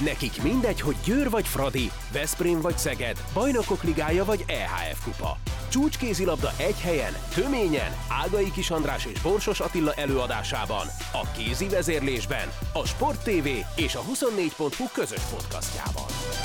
Nekik mindegy, hogy Győr vagy Fradi, Veszprém vagy Szeged, Bajnokok Ligája vagy EHF Kupa. Csúcskézilabda egy helyen, töményen, Ágai Kis András és Borsos Attila előadásában, a kézi vezérlésben, a Sport TV és a 24.hu közös podcastjában.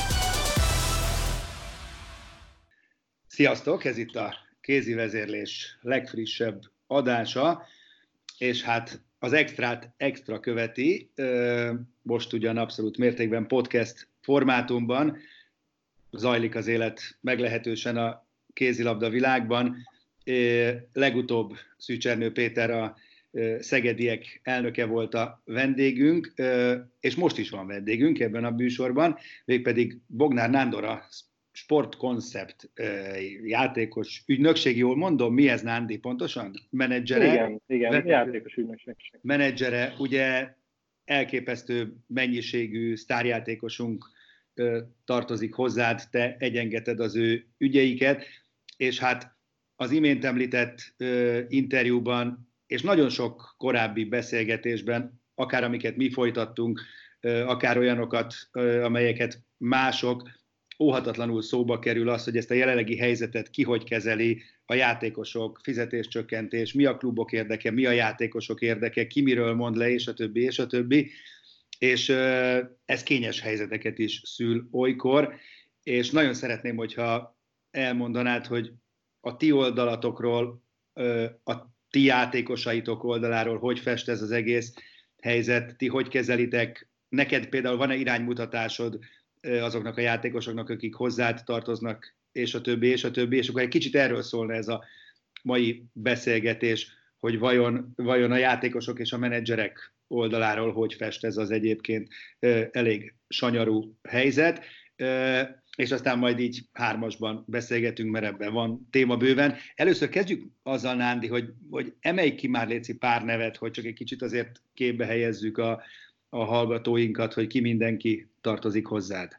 Sziasztok, ez itt a kézi vezérlés legfrissebb adása, és hát az extrát extra követi, most ugyan abszolút mértékben podcast formátumban, zajlik az élet meglehetősen a kézilabda világban. Legutóbb Szűcsernő Péter, a szegediek elnöke volt a vendégünk, és most is van vendégünk ebben a műsorban, végpedig Bognár Nándor, a sportkoncept játékos ügynökség, jól mondom, mi ez, Nándi, pontosan? Menedzsere? Igen, játékos ügynökség. Menedzsere, ugye elképesztő mennyiségű sztárjátékosunk tartozik hozzád, te egyengeted az ő ügyeiket, és hát az imént említett interjúban, és nagyon sok korábbi beszélgetésben, akár amiket mi folytattunk, akár olyanokat, amelyeket mások, óhatatlanul szóba kerül az, hogy ezt a jelenlegi helyzetet ki hogy kezeli, a játékosok, fizetéscsökkentés, mi a klubok érdeke, mi a játékosok érdeke, ki miről mond le, és a többi, és a többi. És ez kényes helyzeteket is szül olykor, és nagyon szeretném, hogyha elmondanád, hogy a ti oldalatokról, a ti játékosaitok oldaláról hogy fest ez az egész helyzet, ti hogy kezelitek, neked például van-e iránymutatásod azoknak a játékosoknak, akik hozzád tartoznak, és a többi, és a többi, és akkor egy kicsit erről szólna ez a mai beszélgetés, hogy vajon a játékosok és a menedzserek oldaláról hogy fest ez az egyébként elég sanyarú helyzet, és aztán majd így hármasban beszélgetünk, mert ebben van téma bőven. Először kezdjük azzal, Nándi, hogy emelj ki már, léci, pár nevet, hogy csak egy kicsit azért képbe helyezzük a hallgatóinkat, hogy ki mindenki tartozik hozzád.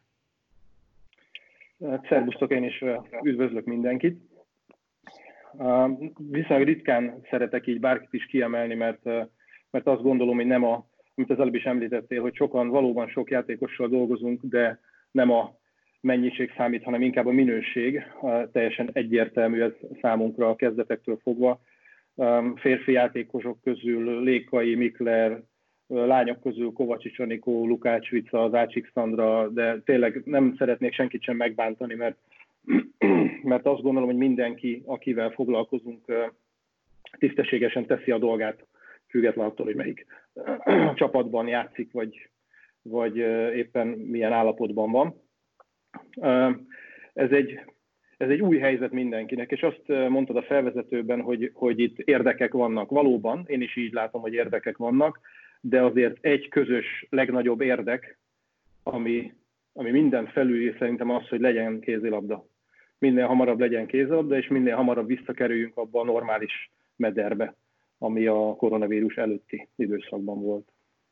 Szerbusztok, én is üdvözlök mindenkit. Viszonylag ritkán szeretek így bárkit is kiemelni, mert azt gondolom, hogy nem amit az előbb is említettél, hogy sokan valóban sok játékossal dolgozunk, de nem a mennyiség számít, hanem inkább a minőség. Teljesen egyértelmű ez számunkra a kezdetektől fogva. Férfi játékosok közül Lékai, Mikler, lányok közül Kovacsics Anikó, Lukács Vica, Zácsik Szandra, de tényleg nem szeretnék senkit sem megbántani, mert azt gondolom, hogy mindenki, akivel foglalkozunk, tisztességesen teszi a dolgát, független attól, hogy melyik csapatban játszik, vagy éppen milyen állapotban van. Ez egy új helyzet mindenkinek, és azt mondtad a felvezetőben, hogy itt érdekek vannak. Valóban, én is így látom, hogy érdekek vannak, de azért egy közös, legnagyobb érdek, ami minden felül, szerintem az, hogy legyen kézilabda. Minél hamarabb legyen kézilabda, és minél hamarabb visszakerüljünk abba a normális mederbe, ami a koronavírus előtti időszakban volt.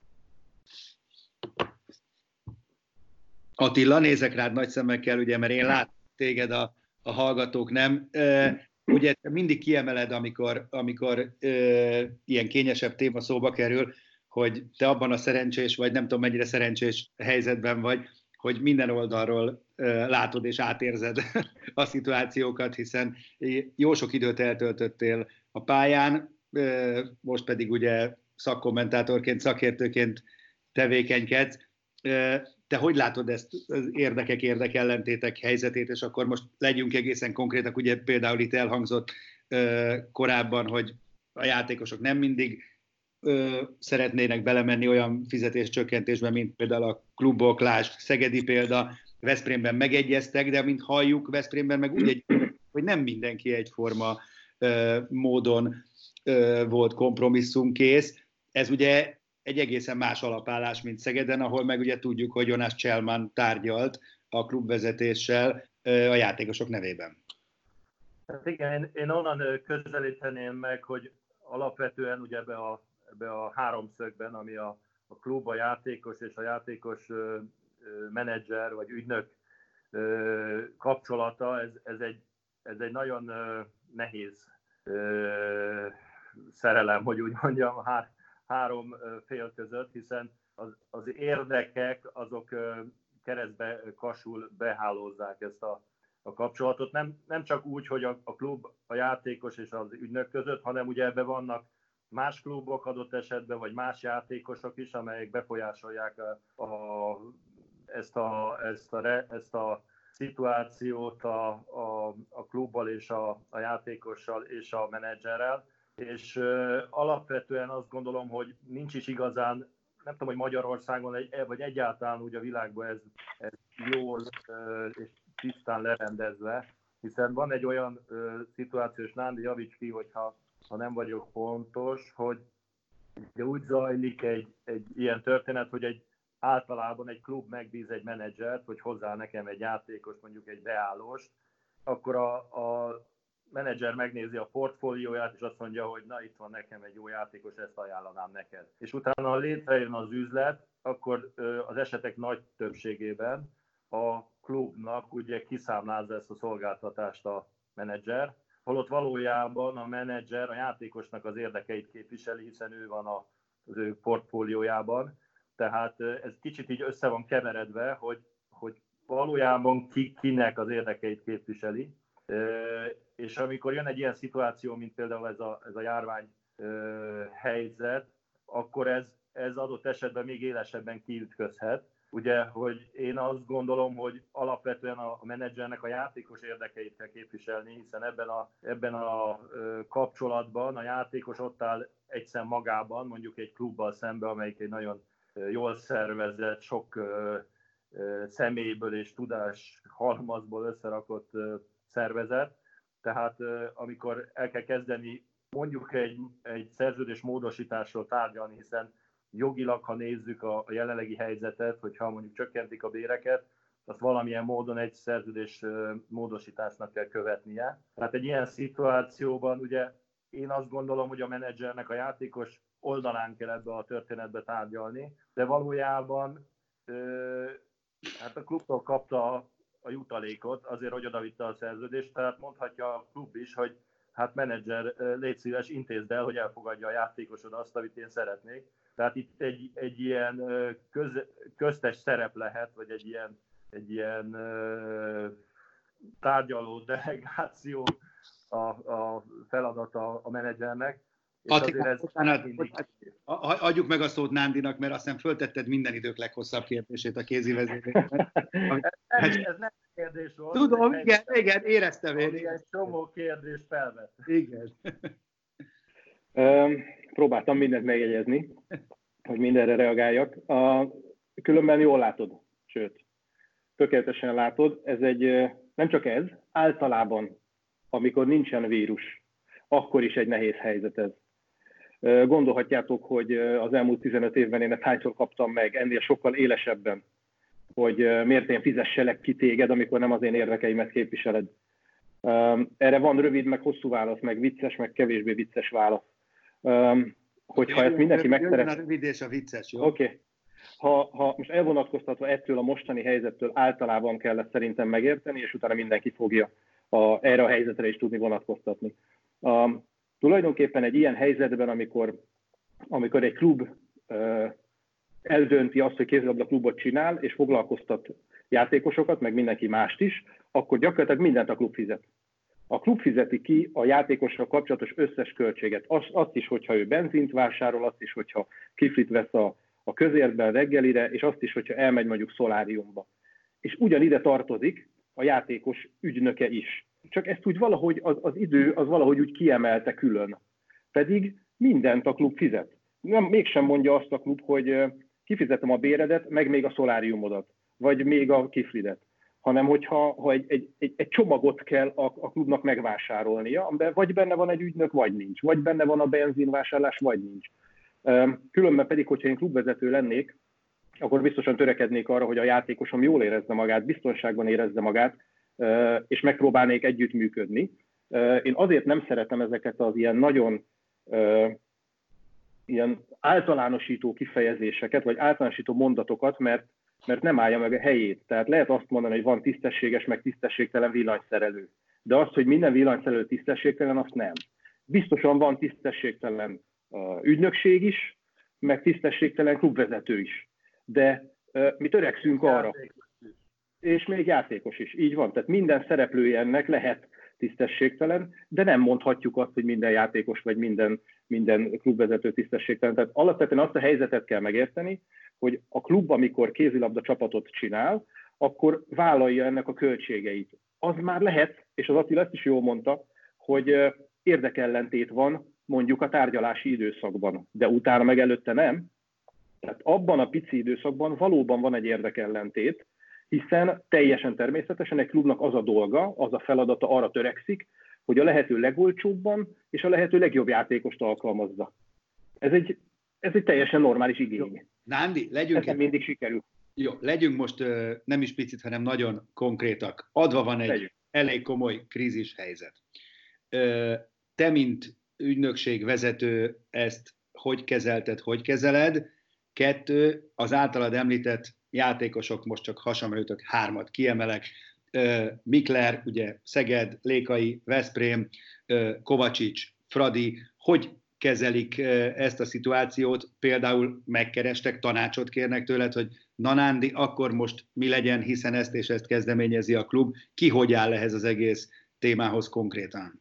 Attila, nézek rád nagy szemekkel, ugye, mert én látom téged, a hallgatók nem. Ugye mindig kiemeled, amikor ilyen kényesebb téma szóba kerül, hogy te abban a szerencsés, vagy nem tudom mennyire szerencsés helyzetben vagy, hogy minden oldalról látod és átérzed a szituációkat, hiszen jó sok időt eltöltöttél a pályán, most pedig ugye szakkommentátorként, szakértőként tevékenykedsz. Te hogy látod ezt az érdekellentétek helyzetét, és akkor most legyünk egészen konkrétak, ugye például itt elhangzott korábban, hogy a játékosok nem mindig szeretnének belemenni olyan fizetéscsökkentésbe, mint például a klubok, lásd, szegedi példa, Veszprémben megegyeztek, de mint halljuk, Veszprémben meg úgy egyeztek, hogy nem mindenki egyforma módon volt kompromisszumkész. Ez ugye egy egészen más alapállás, mint Szegeden, ahol meg ugye tudjuk, hogy Jonas Cselman tárgyalt a klubvezetéssel a játékosok nevében. Hát igen, én onnan közelíteném meg, hogy alapvetően ugye ebbe a háromszögben, ami a klub, a játékos és a játékos menedzser vagy ügynök kapcsolata, ez egy nagyon nehéz szerelem, hogy úgy mondjam, három fél között, hiszen az érdekek azok keresztbe kasul behálózzák ezt a kapcsolatot. Nem csak úgy, hogy a klub, a játékos és az ügynök között, hanem ugye ebben vannak más klubok adott esetben, vagy más játékosok is, amelyek befolyásolják ezt a szituációt a klubbal és a játékossal és a menedzserrel. És alapvetően azt gondolom, hogy nincs is igazán, nem tudom, hogy Magyarországon vagy egyáltalán úgy a világban ez jól és tisztán lerendezve, hiszen van egy olyan szituáció, és Nándi, javíts ki, hogyha nem vagyok pontos, hogy úgy zajlik egy ilyen történet, hogy általában egy klub megbíz egy menedzsert, hogy hozzá nekem egy játékos, mondjuk egy beállóst, akkor a menedzser megnézi a portfólióját, és azt mondja, hogy na, itt van nekem egy jó játékos, ezt ajánlanám neked. És utána, ha létrejön az üzlet, akkor az esetek nagy többségében a klubnak ugye kiszámlázza ezt a szolgáltatást a menedzser, holott valójában a menedzser a játékosnak az érdekeit képviseli, hiszen ő van az ő portfóliójában. Tehát ez kicsit így össze van keveredve, hogy valójában kinek az érdekeit képviseli. És amikor jön egy ilyen szituáció, mint például ez a járvány helyzet, akkor ez adott esetben még élesebben kiütközhet. Ugye, hogy én azt gondolom, hogy alapvetően a menedzsernek a játékos érdekeit kell képviselni, hiszen ebben a kapcsolatban a játékos ott áll egyszer magában, mondjuk egy klubbal szembe, amelyik egy nagyon jól szervezett, sok személyből és tudás halmazból összerakott szervezet. Tehát amikor el kell kezdeni mondjuk egy szerződés módosításról tárgyalni, hiszen jogilag, ha nézzük a jelenlegi helyzetet, hogyha mondjuk csökkentik a béreket, azt valamilyen módon egy szerződés módosításnak kell követnie. Tehát egy ilyen szituációban ugye én azt gondolom, hogy a menedzsernek a játékos oldalán kell ebbe a történetbe tárgyalni, de valójában hát a klubtól kapta a jutalékot azért, hogy odavitte a szerződést, tehát mondhatja a klub is, hogy hát menedzser, légy szíves, intézd el, hogy elfogadja a játékosod azt, amit én szeretnék. Tehát itt egy ilyen köztes szerep lehet, vagy egy ilyen tárgyaló delegáció a feladata a menedzsernek. Adjuk meg a szót Nándinak, mert azt hiszem föltetted minden idők leghosszabb kérdését a kézi vezérlésben. Ez nem kérdés volt. Tudom, igen, éreztem én. Egy csomó kérdést felvett. Igen. Próbáltam mindent megjegyezni, hogy mindenre reagáljak. Különben jól látod, sőt, tökéletesen látod. Ez nem csak ez, általában, amikor nincsen vírus, akkor is egy nehéz helyzet ez. Gondolhatjátok, hogy az elmúlt 15 évben én ezt hányszor kaptam meg, ennél sokkal élesebben, hogy miért én fizesselek ki téged, amikor nem az én érdekeimet képviseled. Erre van rövid, meg hosszú válasz, meg vicces, meg kevésbé vicces válasz. Hogyha ezt mindenki megszeret... a rövid és a vicces, jó? Oké. Ha most elvonatkoztatva ettől a mostani helyzettől általában kell szerintem megérteni, és utána mindenki fogja erre a helyzetre is tudni vonatkoztatni. Tulajdonképpen egy ilyen helyzetben, amikor egy klub eldönti azt, hogy kézilabda klubot csinál, és foglalkoztat játékosokat, meg mindenki mást is, akkor gyakorlatilag mindent a klub fizet. A klub fizeti ki a játékosra kapcsolatos összes költséget. Azt is, hogyha ő benzint vásárol, azt is, hogyha kiflit vesz a közértben reggelire, és azt is, hogyha elmegy mondjuk szoláriumba. És ugyanide tartozik a játékos ügynöke is. Csak ezt úgy valahogy az idő az valahogy úgy kiemelte külön. Pedig mindent a klub fizet. Mégsem mondja azt a klub, hogy kifizetem a béredet, meg még a szoláriumodat, vagy még a kiflidet. Hanem hogyha egy csomagot kell a klubnak megvásárolnia, amiben vagy benne van egy ügynök, vagy nincs. Vagy benne van a benzinvásárlás, vagy nincs. Különben pedig, hogyha én klubvezető lennék, akkor biztosan törekednék arra, hogy a játékosom jól érezze magát, biztonságban érezze magát, és megpróbálnék együttműködni. Én azért nem szeretem ezeket az ilyen nagyon ilyen általánosító kifejezéseket, vagy általánosító mondatokat, mert nem állja meg a helyét. Tehát lehet azt mondani, hogy van tisztességes, meg tisztességtelen villanyszerelő. De azt, hogy minden villanyszerelő tisztességtelen, azt nem. Biztosan van tisztességtelen ügynökség is, meg tisztességtelen klubvezető is. De mi törekszünk arra. És még játékos is, így van. Tehát minden szereplője ennek lehet tisztességtelen, de nem mondhatjuk azt, hogy minden játékos vagy minden klubvezető tisztességtelen. Tehát alapvetően azt a helyzetet kell megérteni, hogy a klub, amikor kézilabda csapatot csinál, akkor vállalja ennek a költségeit. Az már lehet, és az Attila ezt is jól mondta, hogy érdekellentét van mondjuk a tárgyalási időszakban, de utána meg előtte nem. Tehát abban a pici időszakban valóban van egy érdekellentét, hiszen teljesen természetesen egy klubnak az a dolga, az a feladata, arra törekszik, hogy a lehető legolcsóbban és a lehető legjobb játékost alkalmazza. Ez egy teljesen normális igény. Nándi, legyünk... Ez mindig sikerül. Jó, legyünk most nem is picit, hanem nagyon konkrétak. Adva van egy elég komoly krízis helyzet. Te, mint ügynökség vezető, ezt hogy kezelted, hogy kezeled? 2, az általad említett játékosok, most csak hasamra jutok, 3-at kiemelek. Mikler, ugye Szeged, Lékai, Veszprém, Kovacsics, Fradi, hogy kezelik ezt a szituációt? Például megkerestek, tanácsot kérnek tőled, hogy na Nándi, akkor most mi legyen, hiszen ezt és ezt kezdeményezi a klub. Ki hogy áll ehhez az egész témához konkrétan?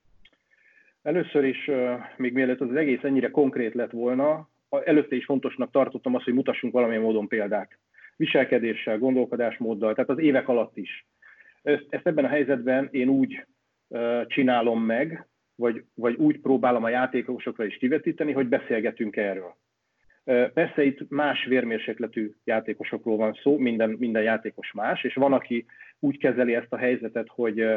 Először is, még mielőtt az egész ennyire konkrét lett volna, előtte is fontosnak tartottam azt, hogy mutassunk valamilyen módon példát. Viselkedéssel, gondolkodásmóddal, tehát az évek alatt is. Ezt ebben a helyzetben én úgy csinálom meg, vagy úgy próbálom a játékosokra is kivetíteni, hogy beszélgetünk erről. Persze itt más vérmérsékletű játékosokról van szó, minden játékos más, és van, aki úgy kezeli ezt a helyzetet, hogy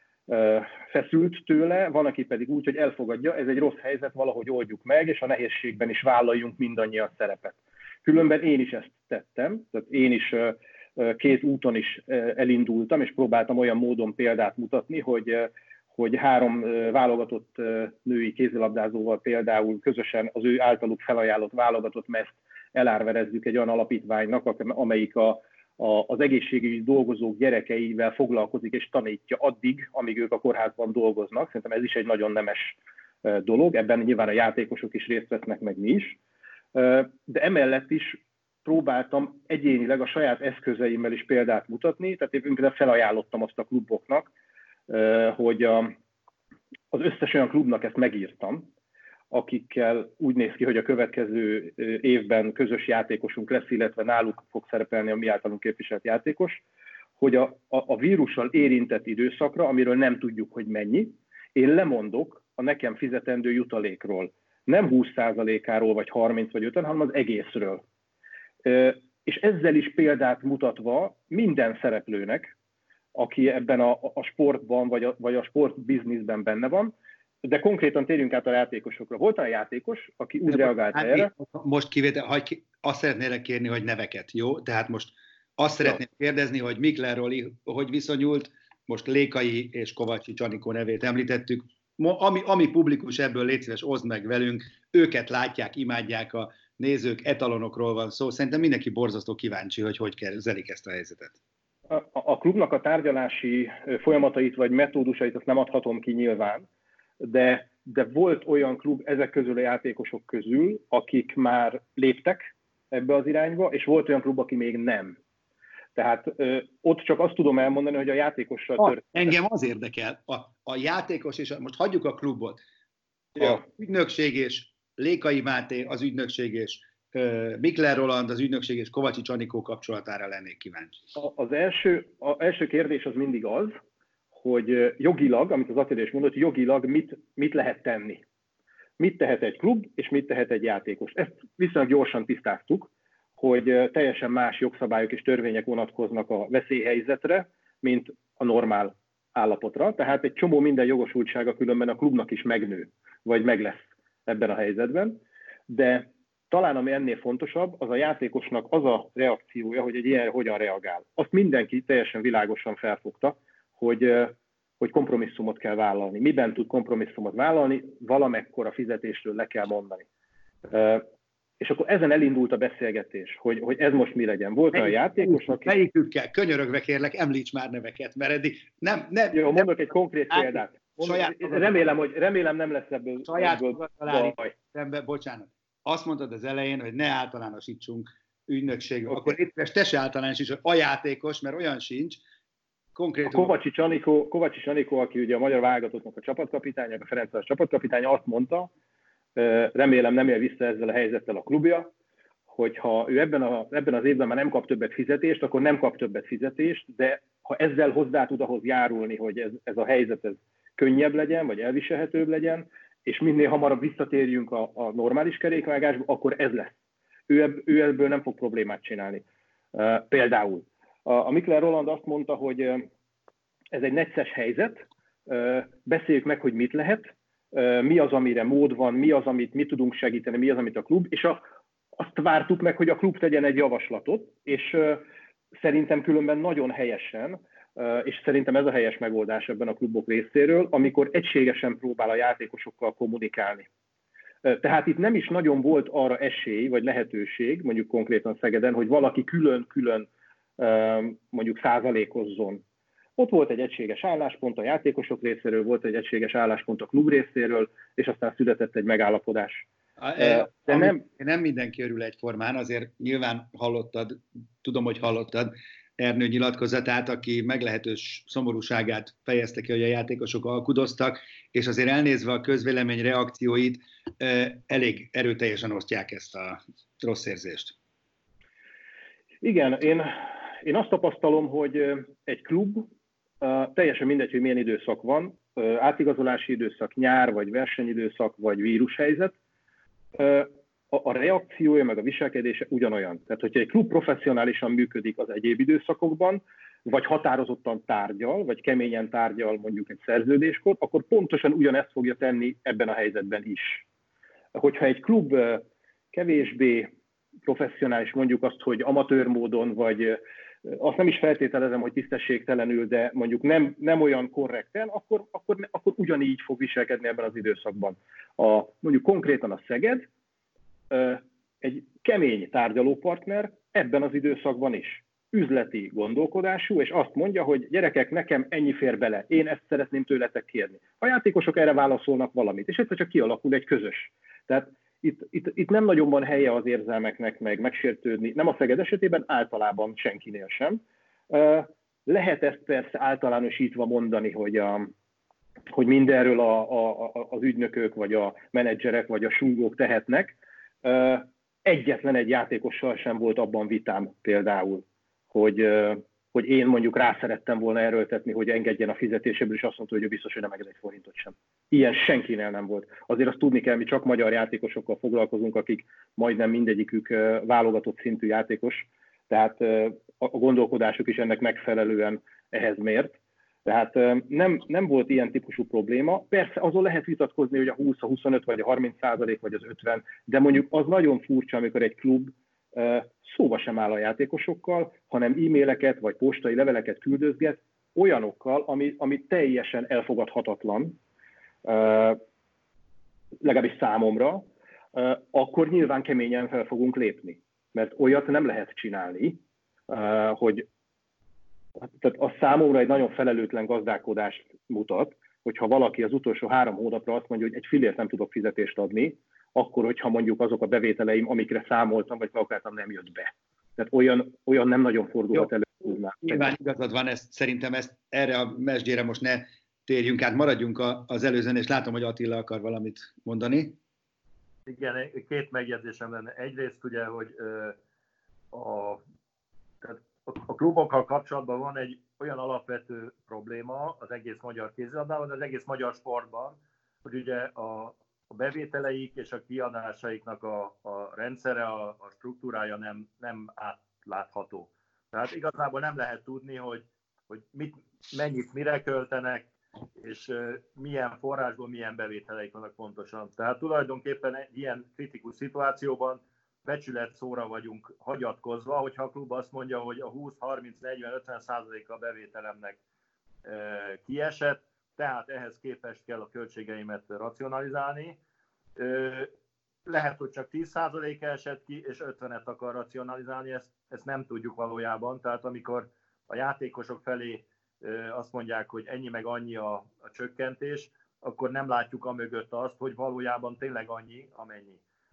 feszült tőle, van, aki pedig úgy, hogy elfogadja, ez egy rossz helyzet, valahogy oldjuk meg, és a nehézségben is vállaljunk mindannyian szerepet. Különben én is ezt tettem, tehát én is két úton is elindultam, és próbáltam olyan módon példát mutatni, hogy 3 válogatott női kézilabdázóval például közösen az ő általuk felajánlott válogatott mezt elárverezzük egy olyan alapítványnak, amelyik az egészségügyi dolgozók gyerekeivel foglalkozik és tanítja addig, amíg ők a kórházban dolgoznak. Szerintem ez is egy nagyon nemes dolog, ebben nyilván a játékosok is részt vesznek, meg mi is. De emellett is próbáltam egyénileg a saját eszközeimmel is példát mutatni, tehát én például felajánlottam azt a kluboknak, hogy az összes olyan klubnak ezt megírtam, akikkel úgy néz ki, hogy a következő évben közös játékosunk lesz, illetve náluk fog szerepelni a mi általunk képviselt játékos, hogy a vírussal érintett időszakra, amiről nem tudjuk, hogy mennyi, én lemondok a nekem fizetendő jutalékról. Nem 20%-áról, vagy 30 vagy 50, hanem az egészről. És ezzel is példát mutatva minden szereplőnek, aki ebben a sportban, vagy a sportbizniszben benne van, de konkrétan térjünk át a játékosokra. Volt olyan játékos, aki úgy reagált erre. Most kivétel, azt szeretnélek kérni, hogy neveket, jó? Tehát most azt szeretném kérdezni, hogy Miklerről hogy viszonyult, most Lékai és Kovacsics Anikó nevét említettük. Ami publikus, ebből légy szíves, oszd meg velünk, őket látják, imádják a nézők, etalonokról van szó. Szerintem mindenki borzasztó kíváncsi, hogy kezelik ezt a helyzetet. A klubnak a tárgyalási folyamatait vagy metódusait azt nem adhatom ki nyilván, de volt olyan klub ezek közül a játékosok közül, akik már léptek ebbe az irányba, és volt olyan klub, aki még nem. Tehát ott csak azt tudom elmondani, hogy a játékossal történt. Engem az érdekel, a játékos, és most hagyjuk a klubot, a ügynökség és Lékai Máté, az ügynökség és Mikler Roland, az ügynökség és Kovacsics Anikó kapcsolatára lennék kíváncsi. Az első kérdés az mindig az, hogy jogilag, amit az Attila is mondott, jogilag mit lehet tenni. Mit tehet egy klub, és mit tehet egy játékos. Ezt viszonylag gyorsan tisztáztuk, hogy teljesen más jogszabályok és törvények vonatkoznak a veszélyhelyzetre, mint a normál állapotra. Tehát egy csomó minden jogosultsága különben a klubnak is megnő, vagy meg lesz ebben a helyzetben. De talán ami ennél fontosabb, az a játékosnak az a reakciója, hogy egy ilyen hogyan reagál. Azt mindenki teljesen világosan felfogta, hogy kompromisszumot kell vállalni. Miben tud kompromisszumot vállalni? Valamekkora fizetésről le kell mondani. És akkor ezen elindult a beszélgetés, hogy ez most mi legyen. Volt olyan játékos, aki... Melyikükkel? Könyörögve kérlek, említs már neveket, mert eddig nem... Jó, mondok egy konkrét példát. Remélem nem lesz ebből baj. Bocsánat. azt mondtad az elején, hogy ne általánosítsunk ügynökség, okay. Akkor itt te se általánosíts, hogy a játékos, mert olyan sincs. Konkrétan... Kovácsics Anikó, aki ugye a magyar válogatottnak a csapatkapitánya, a Ferencváros csapatkapitánya, azt mondta, remélem nem él vissza ezzel a helyzettel a klubja, hogyha ő ebben az évben már nem kap többet fizetést, akkor nem kap többet fizetést, de ha ezzel hozzá tud ahhoz járulni, hogy ez a helyzet ez könnyebb legyen, vagy elviselhetőbb legyen, és minél hamarabb visszatérjünk a normális kerékvágásba, akkor ez lesz. Ő ebből nem fog problémát csinálni. Például a Mikler Roland azt mondta, hogy ez egy necces helyzet, beszéljük meg, hogy mit lehet, mi az, amire mód van, mi az, amit mi tudunk segíteni, mi az, amit a klub, és azt vártuk meg, hogy a klub tegyen egy javaslatot, és szerintem különben nagyon helyesen, és szerintem ez a helyes megoldás ebben a klubok részéről, amikor egységesen próbál a játékosokkal kommunikálni. Tehát itt nem is nagyon volt arra esély, vagy lehetőség, mondjuk konkrétan Szegeden, hogy valaki külön-külön mondjuk százalékozzon. Ott volt egy egységes álláspont a játékosok részéről, volt egy egységes álláspont a klub részéről, és aztán született egy megállapodás. De nem mindenki örül egyformán, azért nyilván hallottad, tudom, hogy hallottad Ernő nyilatkozatát, aki meglehetős szomorúságát fejezte ki, hogy a játékosok alkudoztak, és azért elnézve a közvélemény reakcióit, elég erőteljesen osztják ezt a rossz érzést. Igen, én azt tapasztalom, hogy egy klub, teljesen mindegy, hogy milyen időszak van, átigazolási időszak, nyár, vagy versenyidőszak, vagy vírushelyzet, a reakciója meg a viselkedése ugyanolyan. Tehát, hogyha egy klub professzionálisan működik az egyéb időszakokban, vagy határozottan tárgyal, vagy keményen tárgyal mondjuk egy szerződéskor, akkor pontosan ugyanezt fogja tenni ebben a helyzetben is. Hogyha egy klub kevésbé professzionális, mondjuk azt, hogy amatőr módon, vagy azt nem is feltételezem, hogy tisztességtelenül, de mondjuk nem olyan korrekten, akkor ugyanígy fog viselkedni ebben az időszakban. Mondjuk konkrétan a Szeged egy kemény tárgyalópartner ebben az időszakban is. Üzleti gondolkodású, és azt mondja, hogy gyerekek, nekem ennyi fér bele, én ezt szeretném tőletek kérni. A játékosok erre válaszolnak valamit, és egyszer csak kialakul egy közös. Tehát itt nem nagyon van helye az érzelmeknek megsértődni, nem a Szeged esetében, általában senkinél sem. Lehet ezt persze általánosítva mondani, hogy mindenről az ügynökök, vagy a menedzserek, vagy a súgók tehetnek. Egyetlen egy játékossal sem volt abban vitám például, hogy én mondjuk rá szerettem volna erőltetni, hogy engedjen a fizetéséből, és azt mondta, hogy ő biztos, hogy nem enged egy forintot sem. Ilyen senkinél nem volt. Azért azt tudni kell, mi csak magyar játékosokkal foglalkozunk, akik majdnem mindegyikük válogatott szintű játékos, tehát a gondolkodásuk is ennek megfelelően ehhez mért. Tehát nem volt ilyen típusú probléma. Persze azon lehet vitatkozni, hogy a 20, a 25, vagy a 30%, vagy az 50, de mondjuk az nagyon furcsa, amikor egy klub szóba sem áll a játékosokkal, hanem e-maileket vagy postai leveleket küldözget olyanokkal, ami teljesen elfogadhatatlan, legalábbis számomra, akkor nyilván keményen fel fogunk lépni. Mert olyat nem lehet csinálni, hogy tehát az számomra egy nagyon felelőtlen gazdálkodást mutat, hogyha valaki az utolsó 3 hónapra azt mondja, hogy egy fillért nem tudok fizetést adni, akkor, hogyha mondjuk azok a bevételeim, amikre számoltam, vagy kalkuláltam, nem jött be. Tehát olyan nem nagyon fordulhat elő. Nyilván igazad van, szerintem erre a mesdjére most ne térjünk át, maradjunk az előzőn, és látom, hogy Attila akar valamit mondani. Igen, 2 megjegyzésem lenne. Egyrészt ugye, hogy a klubokkal kapcsolatban van egy olyan alapvető probléma az egész magyar kézilabdában, az egész magyar sportban, hogy ugye a bevételeik és a kiadásaiknak a rendszere, a struktúrája nem átlátható. Tehát igazából nem lehet tudni, hogy mennyit mire költenek, és milyen forrásból milyen bevételeik vannak pontosan. Tehát tulajdonképpen egy ilyen kritikus szituációban becsületszóra vagyunk hagyatkozva, hogyha a klub azt mondja, hogy a 20-30-40-50%-a a bevételemnek kiesett, tehát ehhez képest kell a költségeimet racionalizálni. Lehet, hogy csak 10% esett ki, és 50-et akar racionalizálni, ezt nem tudjuk valójában. Tehát amikor a játékosok felé azt mondják, hogy ennyi meg annyi a csökkentés, akkor nem látjuk amögött azt, hogy valójában tényleg annyi, amennyi.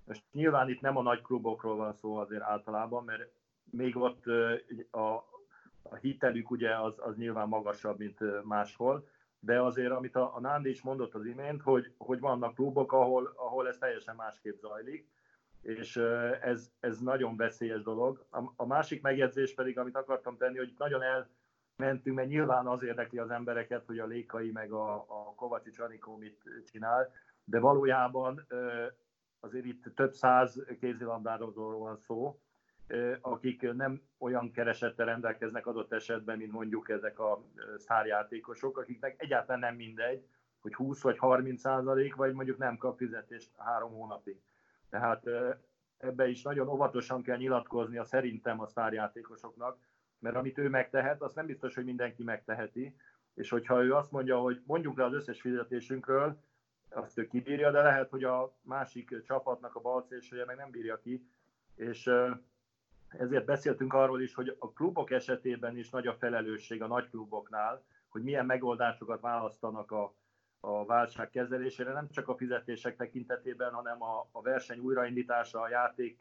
Most nyilván itt nem a nagy klubokról van szó azért általában, mert még ott a hitelük ugye az nyilván magasabb, mint máshol, de azért, amit a Nándi is mondott az imént, hogy vannak klubok, ahol ez teljesen másképp zajlik, és ez nagyon veszélyes dolog. A másik megjegyzés pedig, amit akartam tenni, hogy nagyon elmentünk, mert nyilván az érdekli az embereket, hogy a Lékai meg a Kovácsics Anikó mit csinál, de valójában azért itt több száz kézilabdázóról van szó, akik nem olyan keresettel rendelkeznek adott esetben, mint mondjuk ezek a sztárjátékosok, akiknek egyáltalán nem mindegy, hogy 20 vagy 30%, vagy mondjuk nem kap fizetést 3 hónapig. Tehát ebbe is nagyon óvatosan kell nyilatkoznia szerintem a sztárjátékosoknak, mert amit ő megtehet, azt nem biztos, hogy mindenki megteheti, és hogyha ő azt mondja, hogy mondjuk le az összes fizetésünkről, azt ő kibírja, de lehet, hogy a másik csapatnak a balszélsője meg nem bírja ki, és ezért beszéltünk arról is, hogy a klubok esetében is nagy a felelősség a nagy kluboknál, hogy milyen megoldásokat választanak a válság kezelésére, nem csak a fizetések tekintetében, hanem a verseny újraindítása, a játék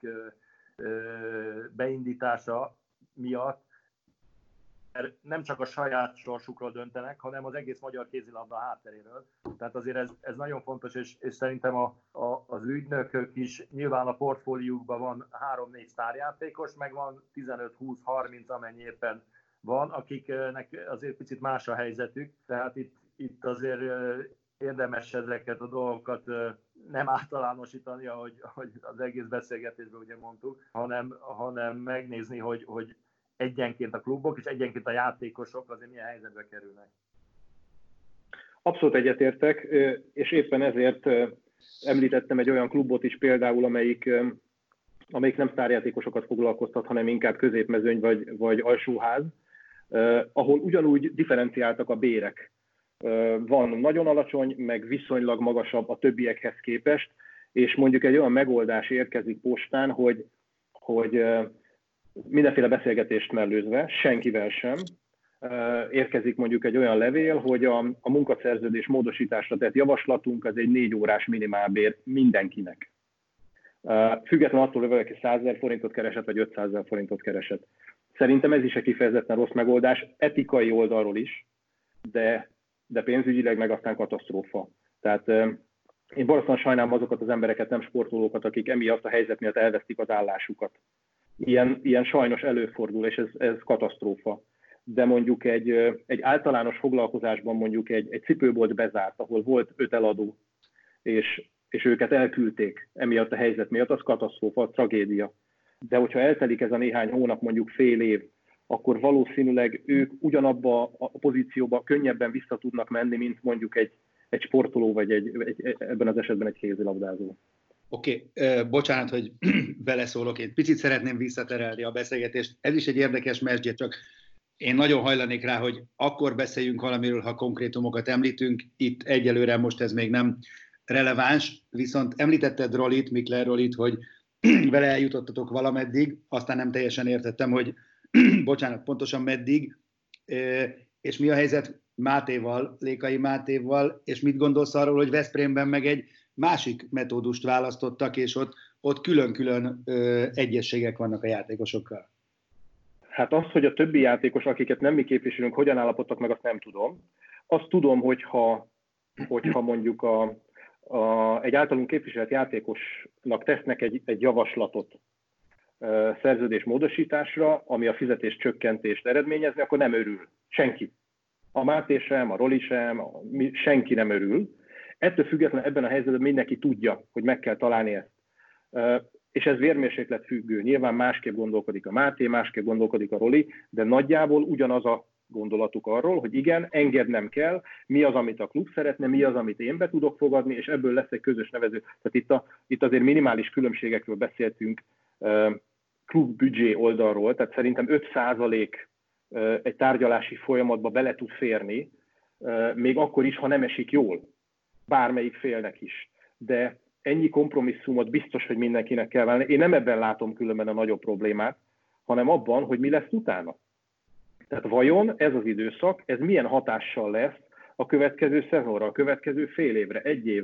beindítása miatt, mert nem csak a saját sorsukról döntenek, hanem az egész magyar kézilabda hátteréről. Tehát azért ez nagyon fontos, és szerintem az ügynökök is nyilván a portfóliókban van 3-4 sztárjátékos, meg van 15-20-30, amennyi éppen van, akiknek azért picit más a helyzetük. Tehát itt azért érdemes ezeket a dolgokat nem általánosítani, ahogy az egész beszélgetésben ugye mondtuk, hanem megnézni, hogy egyenként a klubok és egyenként a játékosok azért milyen helyzetbe kerülnek. Abszolút egyetértek, és éppen ezért említettem egy olyan klubot is például, amelyik nem sztárjátékosokat foglalkoztat, hanem inkább középmezőny vagy alsóház, ahol ugyanúgy differenciáltak a bérek. Van nagyon alacsony, meg viszonylag magasabb a többiekhez képest, és mondjuk egy olyan megoldás érkezik postán, hogy mindenféle beszélgetést mellőzve, senkivel sem, érkezik mondjuk egy olyan levél, hogy a munkaszerződés módosításra tett javaslatunk az egy 4 órás minimálbér mindenkinek. Független attól, hogy valaki 100 000 forintot keresett, vagy 500 000 forintot keresett. Szerintem ez is egy kifejezetten rossz megoldás, etikai oldalról is, de pénzügyileg meg aztán katasztrófa. Tehát én borzasztóan sajnálom azokat az embereket, nem sportolókat, akik emiatt a helyzet miatt elvesztik az állásukat. Ilyen sajnos előfordul, és ez katasztrófa. De mondjuk egy általános foglalkozásban mondjuk egy cipőbolt bezárt, ahol volt 5 eladó, és őket elküldték emiatt a helyzet miatt, az katasztrófa, az tragédia. De hogyha eltelik ez a néhány hónap, mondjuk fél év, akkor valószínűleg ők ugyanabba a pozícióba könnyebben vissza tudnak menni, mint mondjuk egy sportoló, vagy ebben az esetben egy kézilabdázó. Oké, bocsánat, hogy beleszólok, én picit szeretném visszaterelni a beszélgetést. Ez is egy érdekes mesdje, csak én nagyon hajlanék rá, hogy akkor beszéljünk valamiről, ha konkrétumokat említünk. Itt egyelőre most ez még nem releváns, viszont említetted Rolit, Mikler Rolit, hogy vele eljutottatok valameddig, aztán nem teljesen értettem, hogy bocsánat, pontosan meddig, és mi a helyzet Mátéval, Lékai Mátéval, és mit gondolsz arról, hogy Veszprémben meg egy másik metódust választottak, és ott külön-külön egyességek vannak a játékosokkal? Hát az, hogy a többi játékos, akiket nem mi képviselünk, hogyan állapodtak meg, azt nem tudom. Azt tudom, hogyha mondjuk egy általunk képviselt játékosnak tesznek egy javaslatot szerződés módosításra, ami a fizetés csökkentést eredményezni, akkor nem örül. Senki. A Máté sem, a Roli sem, senki nem örül. Ettől függetlenül ebben a helyzetben mindenki tudja, hogy meg kell találni ezt. És ez vérmérséklet függő. Nyilván másképp gondolkodik a Máté, másképp gondolkodik a Roli, de nagyjából ugyanaz a gondolatuk arról, hogy igen, engednem kell, mi az, amit a klub szeretne, mi az, amit én be tudok fogadni, és ebből lesz egy közös nevező. Tehát itt azért minimális különbségekről beszéltünk klubbüdzsé oldalról, tehát szerintem 5% egy tárgyalási folyamatba bele tud férni, még akkor is, ha nem esik jól, bármelyik félnek is. De ennyi kompromisszumot biztos, hogy mindenkinek kell válni. Én nem ebben látom különben a nagyobb problémát, hanem abban, hogy mi lesz utána. Tehát vajon ez az időszak, ez milyen hatással lesz a következő szezonra, a következő fél évre, egy évre.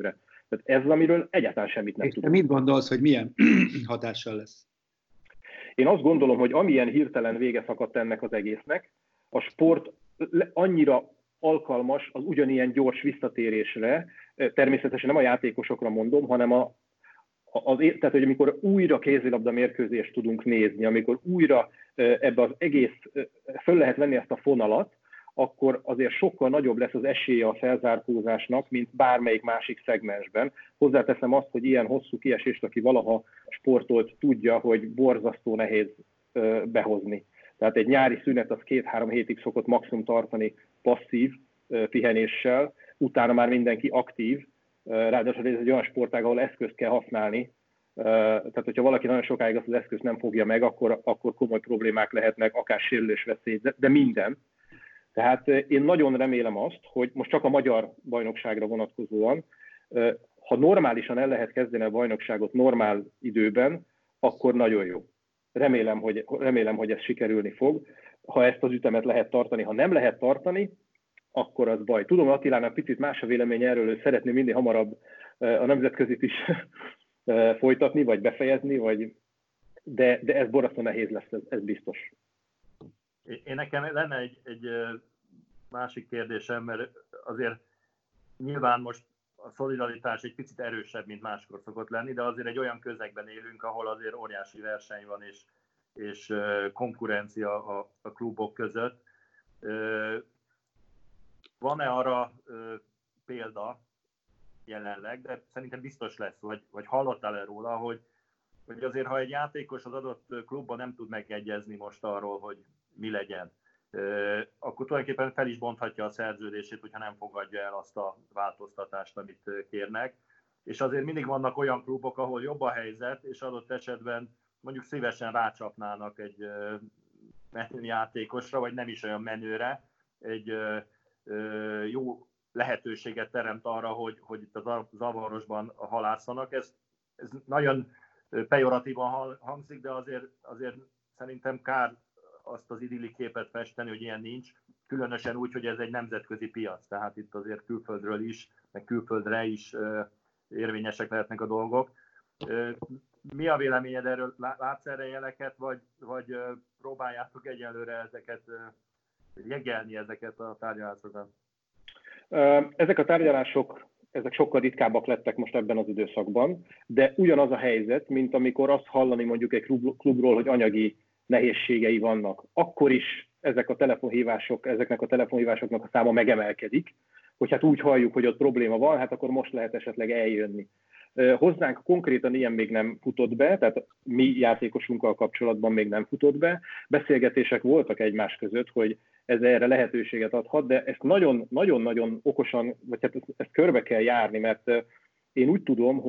Tehát ez, amiről egyáltalán semmit nem És tudunk. te mit gondolsz, hogy milyen hatással lesz? Én azt gondolom, hogy amilyen hirtelen vége szakadt ennek az egésznek, a sport annyira alkalmas az ugyanilyen gyors visszatérésre, természetesen nem a játékosokra mondom, hanem tehát, hogy amikor újra kézilabda mérkőzést tudunk nézni, amikor újra ebbe az egész, föl lehet venni ezt a fonalat, akkor azért sokkal nagyobb lesz az esélye a felzárkózásnak, mint bármelyik másik szegmensben. Hozzáteszem azt, hogy ilyen hosszú kiesést, aki valaha sportolt, tudja, hogy borzasztó nehéz behozni. Tehát egy nyári szünet az 2-3 hétig szokott maximum tartani passzív pihenéssel, utána már mindenki aktív, ráadásul ez egy olyan sportág, ahol eszközt kell használni, tehát hogyha valaki nagyon sokáig azt az eszközt nem fogja meg, akkor komoly problémák lehetnek, akár sérülés veszély, de minden. Tehát én nagyon remélem azt, hogy most csak a magyar bajnokságra vonatkozóan, ha normálisan el lehet kezdeni a bajnokságot normál időben, akkor nagyon jó. Remélem, hogy ez sikerülni fog. Ha ezt az ütemet lehet tartani, ha nem lehet tartani, akkor az baj. Tudom, Attilának picit más a vélemény erről, ő szeretné minél hamarabb a nemzetközit is folytatni, vagy befejezni, de ez borzasztó nehéz lesz, ez biztos. Én nekem lenne egy másik kérdésem, mert azért nyilván most a szolidaritás egy picit erősebb, mint máskor szokott lenni, de azért egy olyan közegben élünk, ahol azért óriási verseny van, és konkurencia a klubok között. Van-e arra példa jelenleg, de szerintem biztos lesz, vagy hallottál-e róla, hogy azért, ha egy játékos az adott klubban nem tud megegyezni most arról, hogy mi legyen, akkor tulajdonképpen fel is bonthatja a szerződését, hogyha nem fogadja el azt a változtatást, amit kérnek. És azért mindig vannak olyan klubok, ahol jobb a helyzet, és adott esetben mondjuk szívesen rácsapnának egy menő játékosra, vagy nem is olyan menőre, egy jó lehetőséget teremt arra, hogy itt a zavarosban halászanak. Ez nagyon pejoratívan hangzik, de azért szerintem kár azt az idilli képet festeni, hogy ilyen nincs, különösen úgy, hogy ez egy nemzetközi piac, tehát itt azért külföldről is, meg külföldre is érvényesek lehetnek a dolgok. Mi a véleményed erről? Látsz erre jeleket, vagy próbáljátok egyelőre ezeket jegelni, ezeket a tárgyalásokat? Ezek a tárgyalások, ezek sokkal ritkábbak lettek most ebben az időszakban, de ugyanaz a helyzet, mint amikor azt hallani mondjuk egy klubról, hogy anyagi nehézségei vannak. Akkor is ezeknek a telefonhívásoknak a száma megemelkedik, hogy hát úgy halljuk, hogy ott probléma van, hát akkor most lehet esetleg eljönni. Hozzánk konkrétan ilyen még nem futott be, tehát mi játékosunkkal kapcsolatban még nem futott be. Beszélgetések voltak egymás között, hogy ez erre lehetőséget adhat, de ezt nagyon-nagyon okosan, vagy hát ezt körbe kell járni, mert én úgy tudom,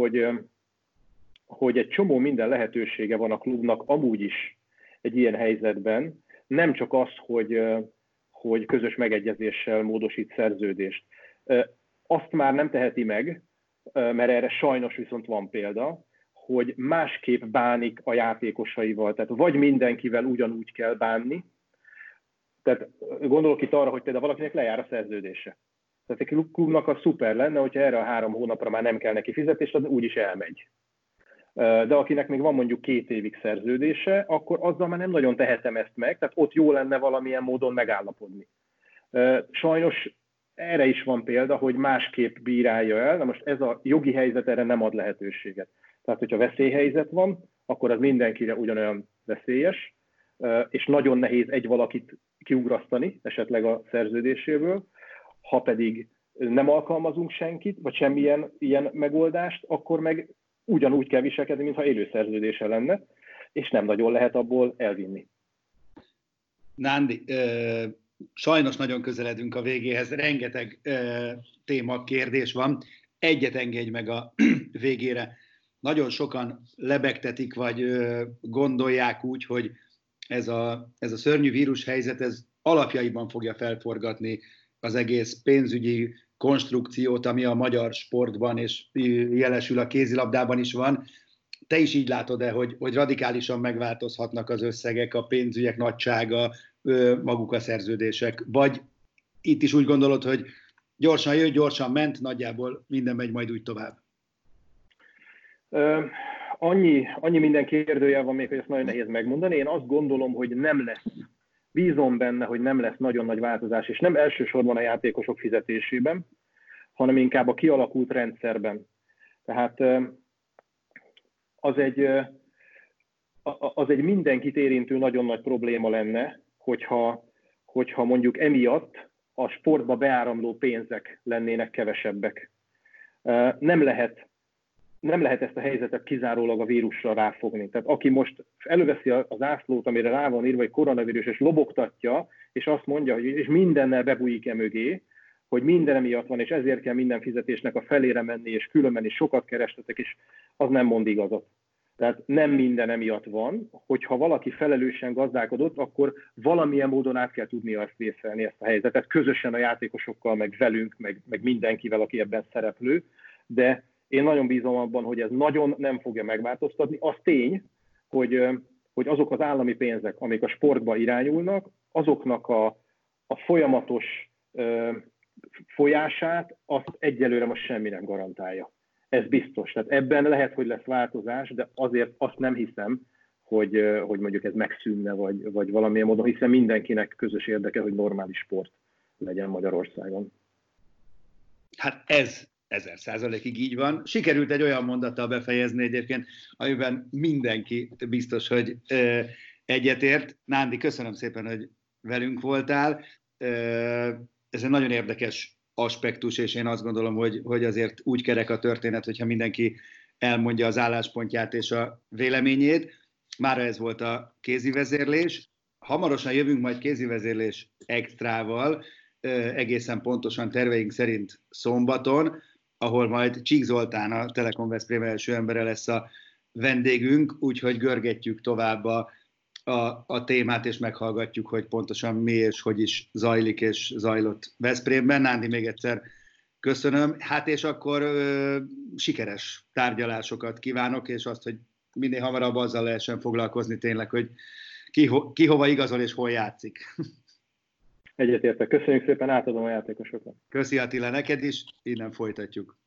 hogy egy csomó minden lehetősége van a klubnak amúgy is egy ilyen helyzetben, nem csak az, hogy közös megegyezéssel módosít szerződést. Azt már nem teheti meg, mert erre sajnos viszont van példa, hogy másképp bánik a játékosaival. Tehát vagy mindenkivel ugyanúgy kell bánni, tehát gondolok itt arra, hogy például valakinek lejár a szerződése. Tehát egy klubnak az szuper lenne, hogyha erre a 3 hónapra már nem kell neki fizetés, az úgyis elmegy. De akinek még van mondjuk 2 évig szerződése, akkor azzal már nem nagyon tehetem ezt meg, tehát ott jó lenne valamilyen módon megállapodni. Sajnos erre is van példa, hogy másképp bírálja el, na most ez a jogi helyzet erre nem ad lehetőséget. Tehát, hogyha veszélyhelyzet van, akkor az mindenkire ugyanolyan veszélyes, és nagyon nehéz egy valakit kiugrasztani esetleg a szerződéséből. Ha pedig nem alkalmazunk senkit, vagy semmilyen ilyen megoldást, akkor meg ugyanúgy kell viselkedni, mintha élő szerződése lenne, és nem nagyon lehet abból elvinni. Nándi, sajnos nagyon közeledünk a végéhez, rengeteg téma, kérdés van. Egyet engedj meg a végére. Nagyon sokan lebegtetik, vagy gondolják úgy, hogy ez a szörnyű vírushelyzet, ez alapjaiban fogja felforgatni az egész pénzügyi konstrukciót, ami a magyar sportban és jelesül a kézilabdában is van. Te is így látod-e, hogy radikálisan megváltozhatnak az összegek, a pénzügyek nagysága, maguk a szerződések? Vagy itt is úgy gondolod, hogy gyorsan jött, gyorsan ment, nagyjából minden megy majd úgy tovább? Annyi minden kérdőjel van még, hogy ezt nagyon nehéz megmondani. Én azt gondolom, hogy nem lesz, bízom benne, hogy nem lesz nagyon nagy változás, és nem elsősorban a játékosok fizetésében, hanem inkább a kialakult rendszerben. Tehát az egy mindenkit érintő nagyon nagy probléma lenne, hogyha mondjuk emiatt a sportba beáramló pénzek lennének kevesebbek. Nem lehet ezt a helyzetet kizárólag a vírusra ráfogni. Tehát aki most előveszi az ászlót, amire rá van írva, hogy koronavírus, és lobogtatja, és azt mondja, hogy és mindennel bebújik mögé, hogy minden emiatt van, és ezért kell minden fizetésnek a felére menni, és különben is sokat kerestetek, és az nem mond igazat. Tehát nem minden emiatt van, hogyha valaki felelősen gazdálkodott, akkor valamilyen módon át kell tudnia ezt vészelni, ezt a helyzetet, közösen a játékosokkal, meg velünk, meg mindenkivel, aki ebben szereplő, de én nagyon bízom abban, hogy ez nagyon nem fogja megváltoztatni. Az tény, hogy azok az állami pénzek, amik a sportba irányulnak, azoknak a folyamatos folyását, azt egyelőre most semmi nem garantálja. Ez biztos. Tehát ebben lehet, hogy lesz változás, de azért azt nem hiszem, hogy mondjuk ez megszűnne, vagy valamilyen módon, hiszen mindenkinek közös érdeke, hogy normális sport legyen Magyarországon. Hát ez 1000%-ig így van. Sikerült egy olyan mondattal befejezni egyébként, amiben mindenki biztos, hogy egyetért. Nándi, köszönöm szépen, hogy velünk voltál. Ez egy nagyon érdekes aspektus, és én azt gondolom, hogy azért úgy kerek a történet, hogyha mindenki elmondja az álláspontját és a véleményét. Mára ez volt a kézivezérlés. Hamarosan jövünk majd kézivezérlés extrával, egészen pontosan terveink szerint szombaton, ahol majd Csík Zoltán, a Telekom Veszprém első embere lesz a vendégünk, úgyhogy görgetjük tovább a témát, és meghallgatjuk, hogy pontosan mi és hogy is zajlik és zajlott Veszprémben. Nándi, még egyszer köszönöm. Hát és akkor sikeres tárgyalásokat kívánok, és azt, hogy minél hamarabb azzal lehessen foglalkozni tényleg, hogy ki hova igazol és hol játszik. Egyetértek. Köszönjük szépen, átadom a játékosokat. Köszi Attila neked is, innen folytatjuk.